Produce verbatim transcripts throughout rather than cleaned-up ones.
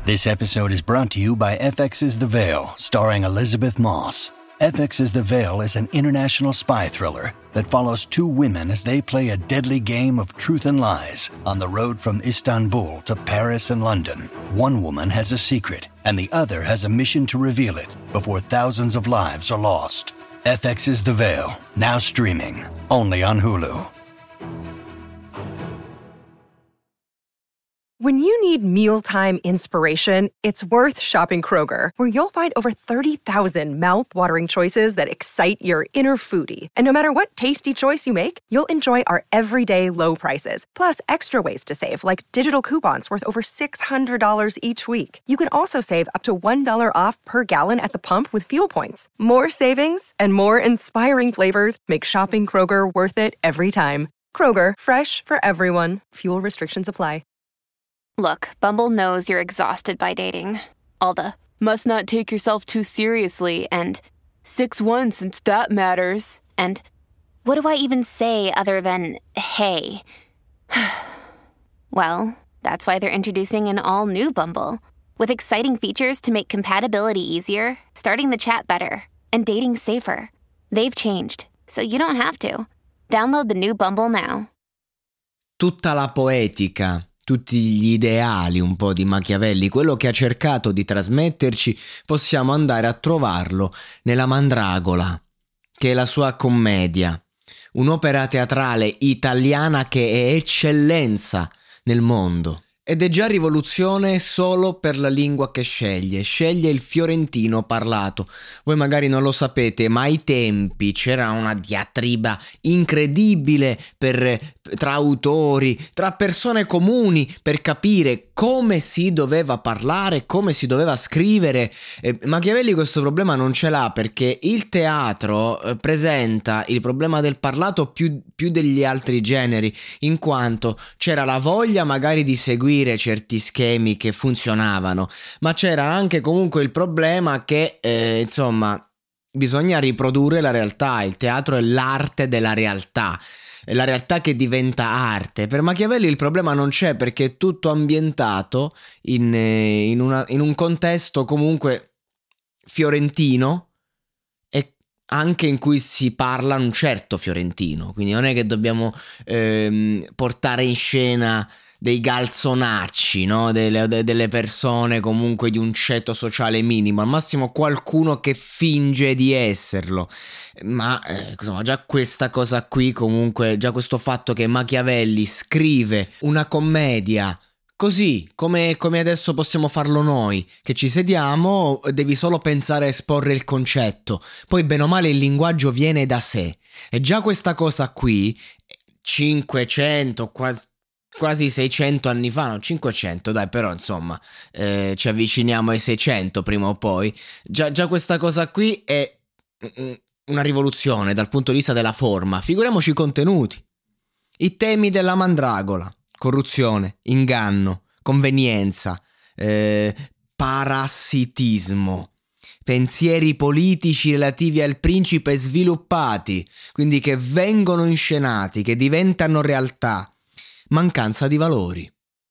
This episode is brought to you by F X's The Veil, starring Elizabeth Moss. F X's The Veil is an international spy thriller that follows two women as they play a deadly game of truth and lies on the road from Istanbul to Paris and London. One woman has a secret, and the other has a mission to reveal it before thousands of lives are lost. F X's The Veil, now streaming, only on Hulu. When you need mealtime inspiration, it's worth shopping Kroger, where you'll find over thirty thousand mouth-watering choices that excite your inner foodie. And no matter what tasty choice you make, you'll enjoy our everyday low prices, plus extra ways to save, like digital coupons worth over six hundred dollars each week. You can also save up to one dollar off per gallon at the pump with fuel points. More savings and more inspiring flavors make shopping Kroger worth it every time. Kroger, fresh for everyone. Fuel restrictions apply. Look, Bumble knows you're exhausted by dating. All the, must not take yourself too seriously, and six one since that matters, and what do I even say other than, hey? Well, that's why they're introducing an all-new Bumble, with exciting features to make compatibility easier, starting the chat better, and dating safer. They've changed, so you don't have to. Download the new Bumble now. Tutta la poetica, tutti gli ideali un po' di Machiavelli, quello che ha cercato di trasmetterci, possiamo andare a trovarlo nella Mandragola, che è la sua commedia, un'opera teatrale italiana che è eccellenza nel mondo. Ed è già rivoluzione solo per la lingua che sceglie, sceglie il fiorentino parlato. Voi magari non lo sapete, ma ai tempi c'era una diatriba incredibile per, tra autori, tra persone comuni, per capire come si doveva parlare, come si doveva scrivere. Eh, Machiavelli questo problema non ce l'ha, perché il teatro eh, presenta il problema del parlato più, più degli altri generi, in quanto c'era la voglia magari di seguire certi schemi che funzionavano, ma c'era anche comunque il problema che eh, insomma bisogna riprodurre la realtà. Il teatro è l'arte della realtà, è la realtà che diventa arte. Per Machiavelli il problema non c'è, perché è tutto ambientato in, in, una, in un contesto comunque fiorentino, e anche in cui si parla un certo fiorentino, quindi non è che dobbiamo ehm, portare in scena dei galzonacci, no? Delle, delle persone comunque di un ceto sociale minimo, al massimo qualcuno che finge di esserlo. Ma eh, insomma, già questa cosa qui, comunque, già questo fatto che Machiavelli scrive una commedia così come, come adesso possiamo farlo noi, che ci sediamo, devi solo pensare a esporre il concetto, poi bene o male il linguaggio viene da sé. E già questa cosa qui, cinquecento, quasi quasi seicento anni fa, no, cinquecento dai, però insomma eh, ci avviciniamo ai seicento prima o poi. Già, già questa cosa qui è una rivoluzione dal punto di vista della forma, figuriamoci i contenuti. I temi della Mandragola: corruzione, inganno, convenienza, eh, parassitismo, pensieri politici relativi al principe sviluppati, quindi che vengono inscenati, che diventano realtà, mancanza di valori.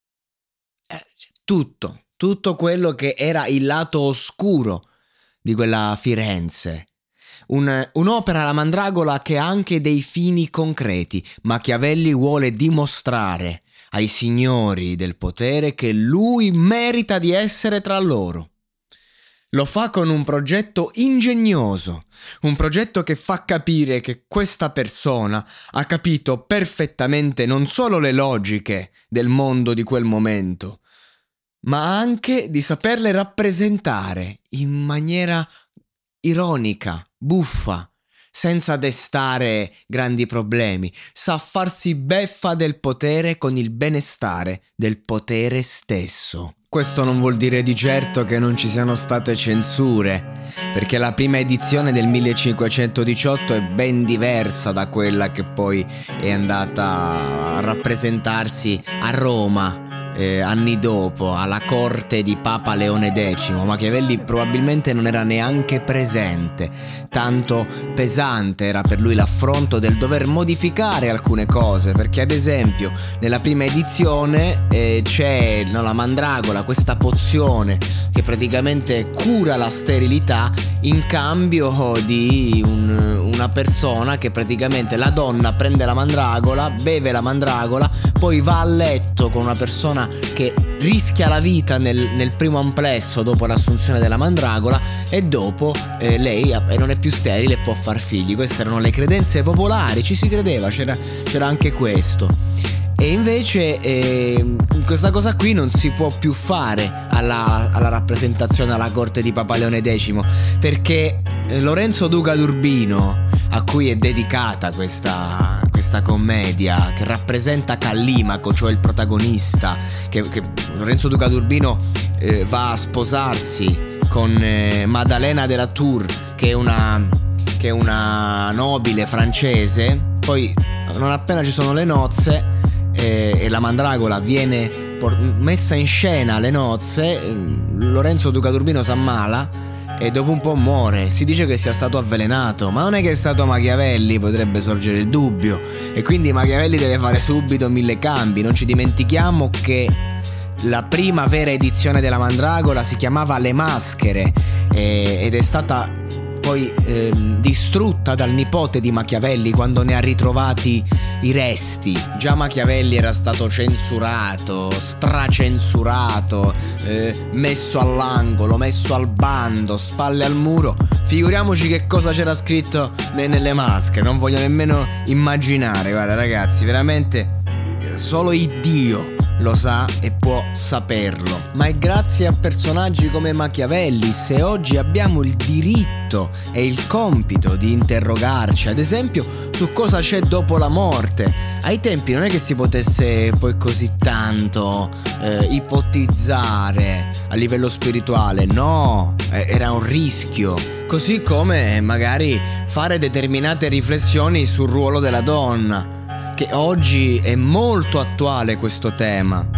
Eh, tutto, tutto quello che era il lato oscuro di quella Firenze. Un, un'opera, la Mandragola, che ha anche dei fini concreti. Machiavelli vuole dimostrare ai signori del potere che lui merita di essere tra loro. Lo fa con un progetto ingegnoso, un progetto che fa capire che questa persona ha capito perfettamente non solo le logiche del mondo di quel momento, ma anche di saperle rappresentare in maniera ironica, buffa, senza destare grandi problemi. Sa farsi beffa del potere con il benestare del potere stesso. Questo non vuol dire di certo che non ci siano state censure, perché la prima edizione del millecinquecentodiciotto è ben diversa da quella che poi è andata a rappresentarsi a Roma eh, anni dopo, alla corte di Papa Leone decimo, Machiavelli probabilmente non era neanche presente, tanto pesante era per lui l'affronto del dover modificare alcune cose, perché ad esempio nella prima edizione eh, c'è no, la mandragola, questa pozione che praticamente cura la sterilità in cambio di un, una persona che praticamente la donna prende la mandragola, beve la mandragola, poi va a letto con una persona che rischia la vita nel, nel primo amplesso dopo l'assunzione della mandragola e dopo eh, lei eh, non è più sterile e può far figli. Queste erano le credenze popolari, ci si credeva, c'era, c'era anche questo. E invece eh, questa cosa qui non si può più fare alla, alla rappresentazione alla corte di Papa Leone decimo, perché eh, Lorenzo Duca d'Urbino, a cui è dedicata questa, questa commedia che rappresenta Callimaco, cioè il protagonista, che, che Lorenzo Duca d'Urbino eh, va a sposarsi con eh, Maddalena de la Tour, che è una, che è una nobile francese. Poi non appena ci sono le nozze e la mandragola viene messa in scena alle nozze, Lorenzo Duca d'Urbino s'ammala e dopo un po' muore. Si dice che sia stato avvelenato, ma non è che è stato Machiavelli, potrebbe sorgere il dubbio, e quindi Machiavelli deve fare subito mille cambi. Non ci dimentichiamo che la prima vera edizione della mandragola si chiamava Le Maschere eh, ed è stata poi eh, distrutta dal nipote di Machiavelli quando ne ha ritrovati i resti. Già Machiavelli era stato censurato, stracensurato, eh, messo all'angolo, messo al bando, spalle al muro. Figuriamoci che cosa c'era scritto ne- nelle maschere, non voglio nemmeno immaginare. Guarda ragazzi, veramente solo Iddio lo sa e può saperlo. Ma è grazie a personaggi come Machiavelli se oggi abbiamo il diritto e il compito di interrogarci, ad esempio, su cosa c'è dopo la morte. Ai tempi non è che si potesse poi così tanto eh, ipotizzare a livello spirituale, no, era un rischio. Così come magari fare determinate riflessioni sul ruolo della donna, che oggi è molto attuale questo tema.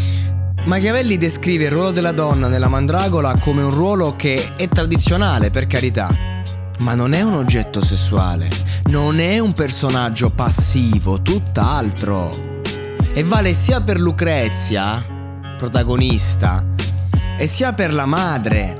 Machiavelli descrive il ruolo della donna nella mandragola come un ruolo che è tradizionale, per carità, ma non è un oggetto sessuale, non è un personaggio passivo, tutt'altro. E vale sia per Lucrezia, protagonista, e sia per la madre.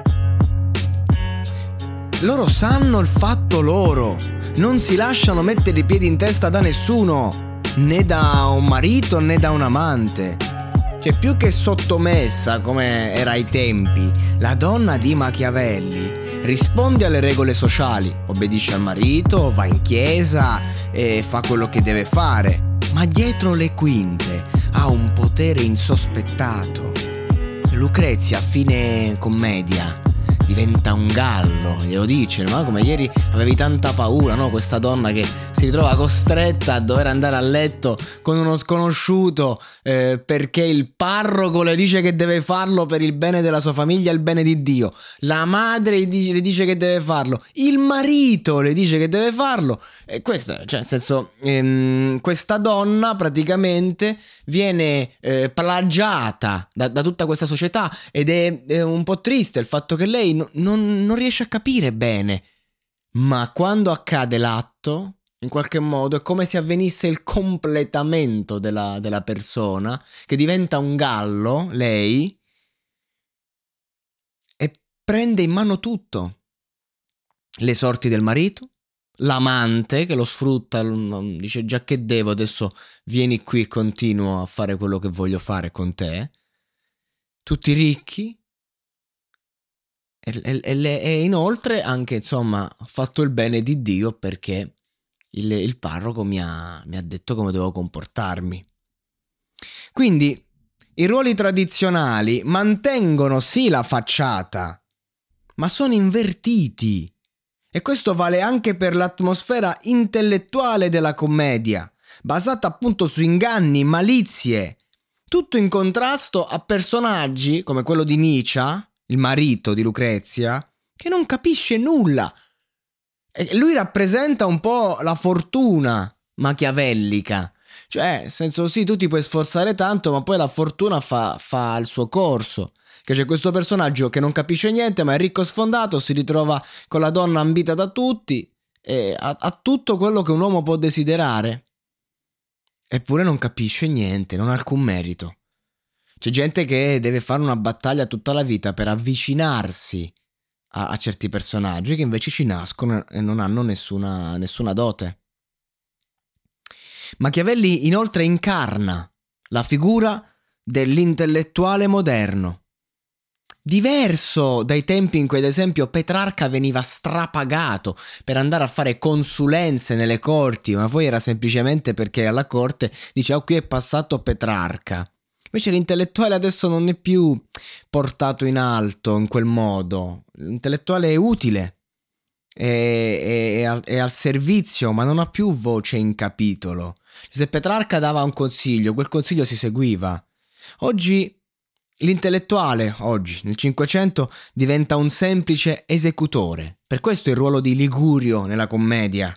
Loro sanno il fatto loro, non si lasciano mettere i piedi in testa da nessuno, né da un marito né da un amante. Cioè, più che sottomessa come era ai tempi, la donna di Machiavelli risponde alle regole sociali, obbedisce al marito, va in chiesa e fa quello che deve fare, ma dietro le quinte ha un potere insospettato. Lucrezia a fine commedia diventa un gallo, glielo dice, ma come ieri avevi tanta paura, no? Questa donna che si ritrova costretta a dover andare a letto con uno sconosciuto eh, perché il parroco le dice che deve farlo per il bene della sua famiglia e il bene di Dio. La madre le dice, le dice che deve farlo, il marito le dice che deve farlo. E questo, cioè, nel senso, ehm, questa donna praticamente viene eh, plagiata da, da tutta questa società ed è, è un po' triste il fatto che lei no, non, non riesce a capire bene, ma quando accade l'atto, in qualche modo è come se avvenisse il completamento della, della persona, che diventa un gallo, lei, e prende in mano tutto. Le sorti del marito, l'amante che lo sfrutta, dice già che devo, adesso vieni qui e continuo a fare quello che voglio fare con te, tutti ricchi, e, e, e, e inoltre anche, insomma, ho fatto il bene di Dio perché il, il parroco mi ha, mi ha detto come devo comportarmi. Quindi i ruoli tradizionali mantengono sì la facciata, ma sono invertiti. E questo vale anche per l'atmosfera intellettuale della commedia, basata appunto su inganni, malizie, tutto in contrasto a personaggi come quello di Nietzsche, il marito di Lucrezia, che non capisce nulla. E lui rappresenta un po' la fortuna machiavellica, Cioè, nel senso, sì, tu ti puoi sforzare tanto, ma poi la fortuna fa, fa il suo corso. Che c'è questo personaggio che non capisce niente, ma è ricco sfondato, si ritrova con la donna ambita da tutti, e ha, ha tutto quello che un uomo può desiderare. Eppure non capisce niente, non ha alcun merito. C'è gente che deve fare una battaglia tutta la vita per avvicinarsi a, a certi personaggi che invece ci nascono e non hanno nessuna, nessuna dote. Machiavelli inoltre incarna la figura dell'intellettuale moderno, diverso dai tempi in cui ad esempio Petrarca veniva strapagato per andare a fare consulenze nelle corti, ma poi era semplicemente perché alla corte diceva: oh, qui è passato Petrarca. Invece l'intellettuale adesso non è più portato in alto in quel modo. L'intellettuale è utile, è, è, è, al, è al servizio, ma non ha più voce in capitolo. Se Petrarca dava un consiglio, quel consiglio si seguiva. Oggi l'intellettuale, oggi nel Cinquecento, diventa un semplice esecutore. Per questo il ruolo di Ligurio nella commedia,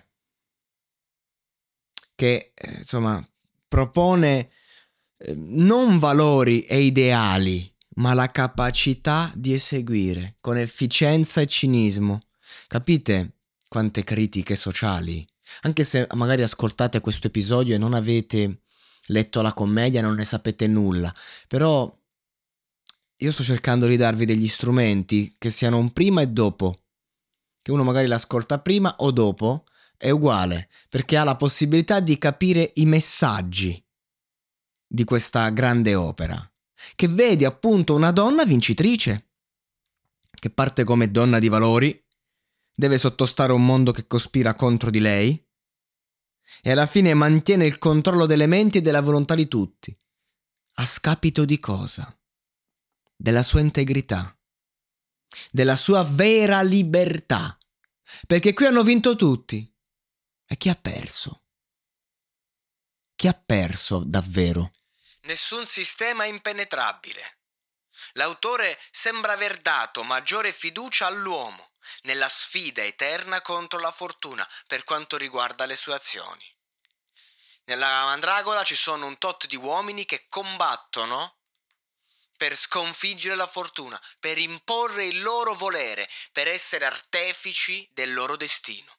che eh, insomma propone eh, non valori e ideali, ma la capacità di eseguire con efficienza e cinismo. Capite quante critiche sociali? Anche se magari ascoltate questo episodio e non avete letto la commedia, non ne sapete nulla, però io sto cercando di darvi degli strumenti che siano un prima e dopo, che uno magari l'ascolta prima o dopo, è uguale, perché ha la possibilità di capire i messaggi di questa grande opera, che vede appunto una donna vincitrice, che parte come donna di valori, deve sottostare a un mondo che cospira contro di lei, e alla fine mantiene il controllo delle menti e della volontà di tutti. A scapito di cosa? Della sua integrità, della sua vera libertà, perché qui hanno vinto tutti. E chi ha perso? Chi ha perso davvero? Nessun sistema impenetrabile. L'autore sembra aver dato maggiore fiducia all'uomo nella sfida eterna contro la fortuna per quanto riguarda le sue azioni. Nella Mandragola ci sono un tot di uomini che combattono per sconfiggere la fortuna, per imporre il loro volere, per essere artefici del loro destino.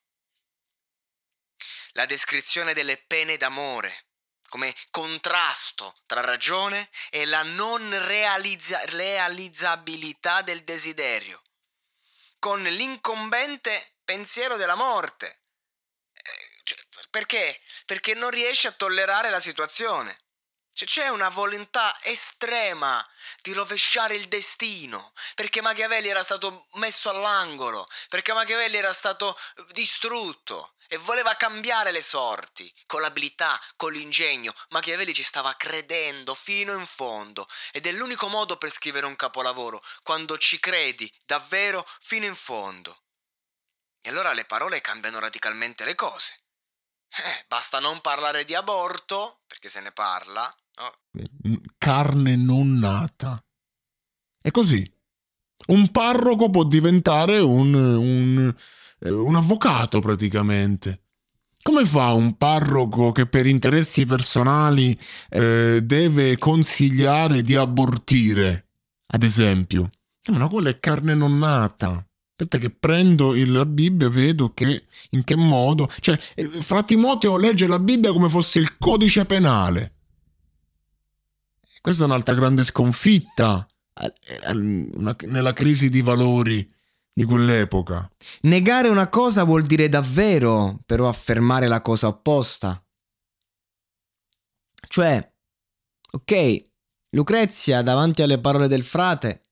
La descrizione delle pene d'amore come contrasto tra ragione e la non realizza- realizzabilità del desiderio, con l'incombente pensiero della morte. Eh, cioè, perché? Perché non riesce a tollerare la situazione. Cioè, c'è una volontà estrema di rovesciare il destino, perché Machiavelli era stato messo all'angolo, perché Machiavelli era stato distrutto e voleva cambiare le sorti con l'abilità, con l'ingegno. Machiavelli ci stava credendo fino in fondo, ed è l'unico modo per scrivere un capolavoro, quando ci credi davvero fino in fondo. E allora le parole cambiano radicalmente le cose. Eh, basta non parlare di aborto, perché se ne parla, no? Carne non nata. È così. Un parroco può diventare un, un, un avvocato praticamente. Come fa un parroco che per interessi personali eh, deve consigliare di abortire, ad esempio? Ma no, quella è carne non nata. Aspetta che prendo il, la Bibbia e vedo che in che modo... Cioè, Fra Timoteo legge la Bibbia come fosse il codice penale. Questa è un'altra grande sconfitta una, nella crisi di valori di quell'epoca. Negare una cosa vuol dire davvero, però, affermare la cosa opposta. Cioè, ok, Lucrezia davanti alle parole del frate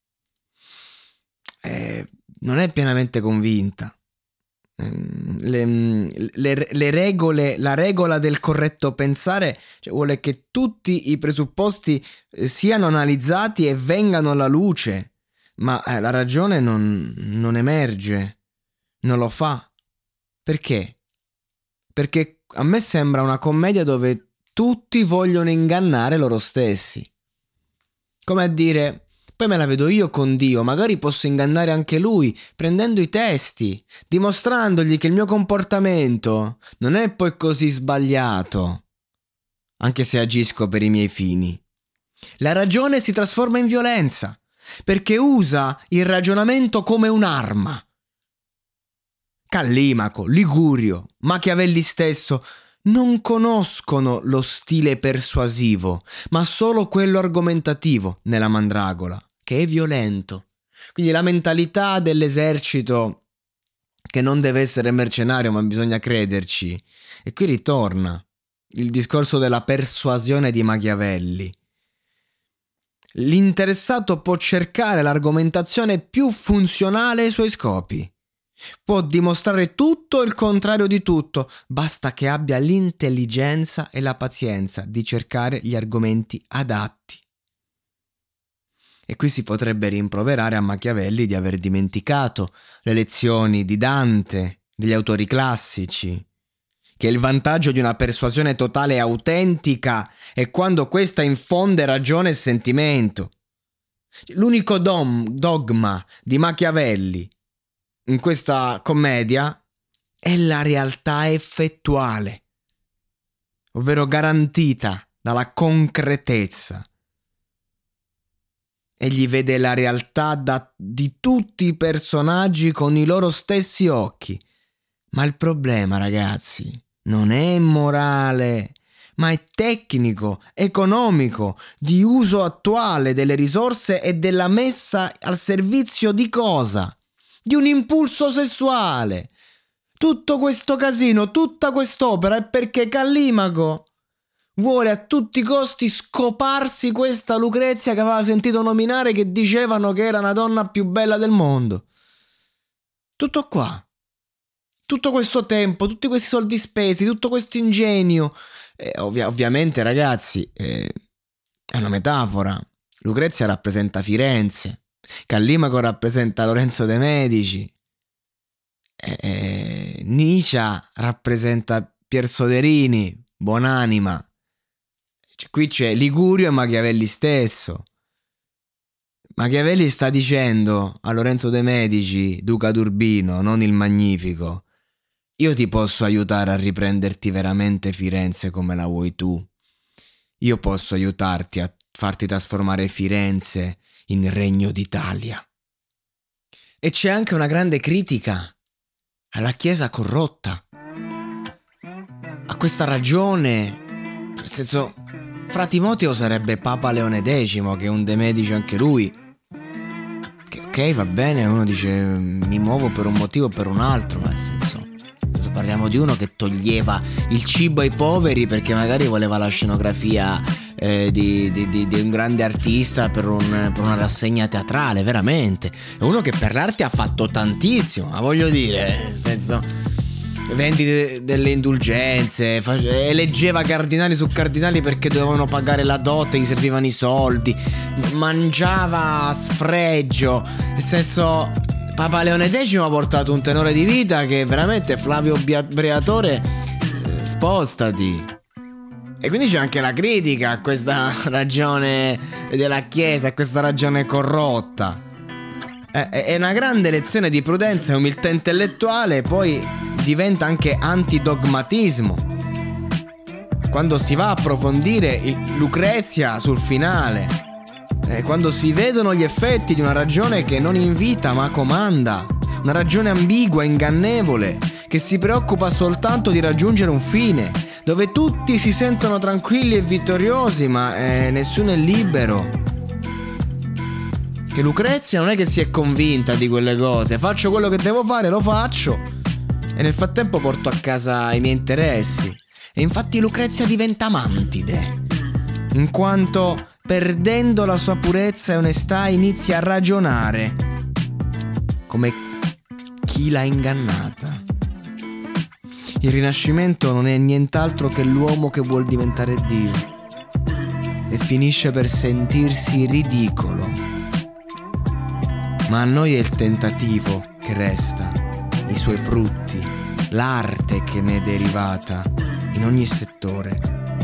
eh, non è pienamente convinta. Le, le, le regole, la regola del corretto pensare, cioè, vuole che tutti i presupposti siano analizzati e vengano alla luce, ma eh, la ragione non, non emerge, non lo fa. Perché? Perché a me sembra una commedia dove tutti vogliono ingannare loro stessi. Come a dire: poi me la vedo io con Dio, magari posso ingannare anche lui, prendendo i testi, dimostrandogli che il mio comportamento non è poi così sbagliato. anche se agisco per i miei fini. La ragione si trasforma in violenza, perché usa il ragionamento come un'arma. Callimaco, Ligurio, Machiavelli stesso non conoscono lo stile persuasivo, ma solo quello argomentativo nella mandragola, che è violento. Quindi la mentalità dell'esercito, che non deve essere mercenario ma bisogna crederci, e qui ritorna il discorso della persuasione di Machiavelli. L'interessato può cercare l'argomentazione più funzionale ai suoi scopi. Può dimostrare tutto il contrario di tutto, basta che abbia l'intelligenza e la pazienza di cercare gli argomenti adatti. E qui si potrebbe rimproverare a Machiavelli di aver dimenticato le lezioni di Dante, degli autori classici, che il vantaggio di una persuasione totale e autentica è quando questa infonde ragione e sentimento. L'unico dom, dogma di Machiavelli in questa commedia è la realtà effettuale, ovvero garantita dalla concretezza. Egli vede la realtà da, di tutti i personaggi con i loro stessi occhi. Ma il problema, ragazzi, non è morale, ma è tecnico, economico, di uso attuale delle risorse e della messa al servizio di cosa? Di un impulso sessuale. Tutto questo casino, tutta quest'opera è perché Callimaco vuole a tutti i costi scoparsi questa Lucrezia che aveva sentito nominare, che dicevano che era la donna più bella del mondo. Tutto qua. Tutto questo tempo, tutti questi soldi spesi, tutto questo ingegno. Eh, ovvia- ovviamente, ragazzi, eh, è una metafora. Lucrezia rappresenta Firenze. Callimaco rappresenta Lorenzo de' Medici. Eh, eh, Nietzsche rappresenta Pier Soderini, buonanima. Qui c'è Ligurio e Machiavelli stesso. Machiavelli sta dicendo a Lorenzo de' Medici, Duca d'Urbino, non il Magnifico: io ti posso aiutare a riprenderti veramente Firenze come la vuoi tu. Io posso aiutarti a farti trasformare Firenze in Regno d'Italia. E c'è anche una grande critica alla Chiesa corrotta, a questa ragione. Nel senso, Fra Timoteo sarebbe Papa Leone decimo, che è un De Medici anche lui. Che ok, va bene, uno dice mi muovo per un motivo o per un altro, ma nel senso, parliamo di uno che toglieva il cibo ai poveri perché magari voleva la scenografia eh, di, di, di, di un grande artista per, un, per una rassegna teatrale, veramente. È uno che per l'arte ha fatto tantissimo, ma voglio dire, nel senso, vendi de, delle indulgenze, face, eleggeva cardinali su cardinali perché dovevano pagare la dote, gli servivano i soldi, mangiava a sfregio, nel senso, Papa Leone decimo ha portato un tenore di vita che veramente, Flavio Briatore, eh, spostati. E quindi c'è anche la critica a questa ragione della Chiesa, a questa ragione corrotta. È, è una grande lezione di prudenza e umiltà intellettuale, poi diventa anche antidogmatismo quando si va a approfondire il Lucrezia sul finale, eh, quando si vedono gli effetti di una ragione che non invita ma comanda, una ragione ambigua, ingannevole, che si preoccupa soltanto di raggiungere un fine, dove tutti si sentono tranquilli e vittoriosi, ma eh, nessuno è libero. Che Lucrezia non è che si è convinta di quelle cose, faccio quello che devo fare, lo faccio e nel frattempo porto a casa i miei interessi. E infatti Lucrezia diventa mantide, in quanto perdendo la sua purezza e onestà inizia a ragionare come chi l'ha ingannata. Il Rinascimento non è nient'altro che l'uomo che vuol diventare Dio e finisce per sentirsi ridicolo. Ma a noi è il tentativo che resta, i suoi frutti, l'arte che ne è derivata in ogni settore.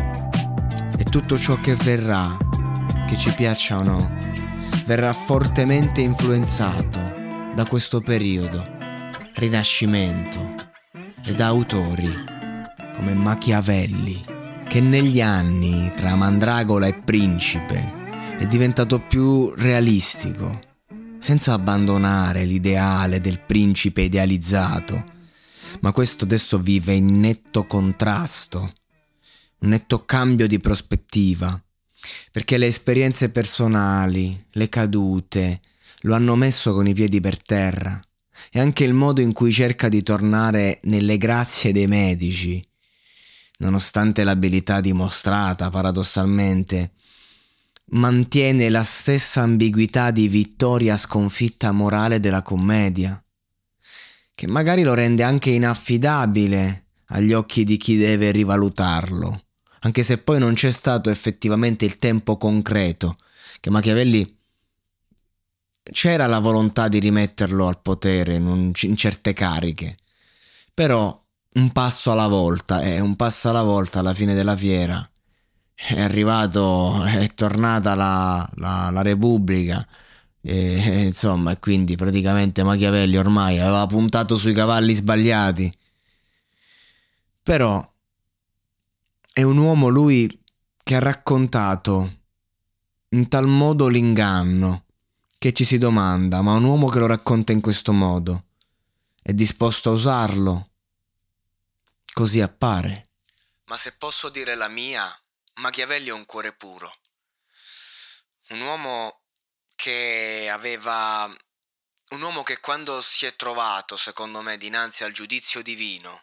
E tutto ciò che verrà, che ci piaccia o no, verrà fortemente influenzato da questo periodo, Rinascimento, e da autori come Machiavelli che negli anni, tra Mandragola e Principe, è diventato più realistico, senza abbandonare l'ideale del principe idealizzato, ma questo adesso vive in netto contrasto, un netto cambio di prospettiva, perché le esperienze personali, le cadute, lo hanno messo con i piedi per terra, e anche il modo in cui cerca di tornare nelle grazie dei medici, nonostante l'abilità dimostrata paradossalmente, mantiene la stessa ambiguità di vittoria sconfitta morale della commedia, che magari lo rende anche inaffidabile agli occhi di chi deve rivalutarlo, anche se poi non c'è stato effettivamente il tempo concreto, che Machiavelli c'era la volontà di rimetterlo al potere in, un, in certe cariche, però un passo alla volta, e un passo alla volta alla fine della fiera è arrivato, è tornata la, la, la Repubblica, e, e, insomma, e quindi praticamente Machiavelli ormai aveva puntato sui cavalli sbagliati. Però è un uomo lui che ha raccontato in tal modo l'inganno che ci si domanda, ma un uomo che lo racconta in questo modo è disposto a usarlo? Così appare. Ma se posso dire la mia, Machiavelli ha un cuore puro. Un uomo che aveva... Un uomo che quando si è trovato, secondo me, dinanzi al giudizio divino,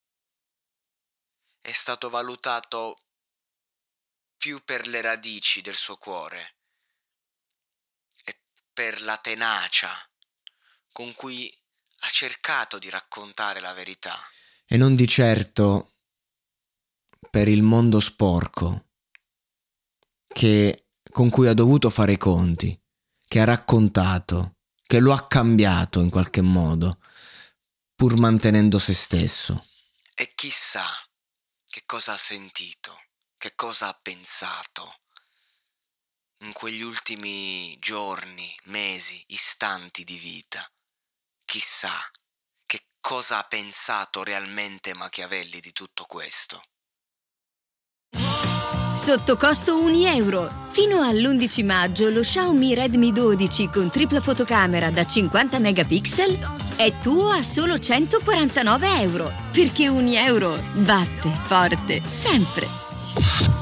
è stato valutato più per le radici del suo cuore e per la tenacia con cui ha cercato di raccontare la verità. E non di certo per il mondo sporco che, con cui ha dovuto fare i conti, che ha raccontato, che lo ha cambiato in qualche modo, pur mantenendo se stesso. E chissà che cosa ha sentito, che cosa ha pensato in quegli ultimi giorni, mesi, istanti di vita. Chissà che cosa ha pensato realmente Machiavelli di tutto questo. Sotto costo un euro. Fino all'undici maggio lo Xiaomi Redmi dodici con tripla fotocamera da cinquanta megapixel è tuo a solo centoquarantanove euro. Perché un euro batte forte sempre.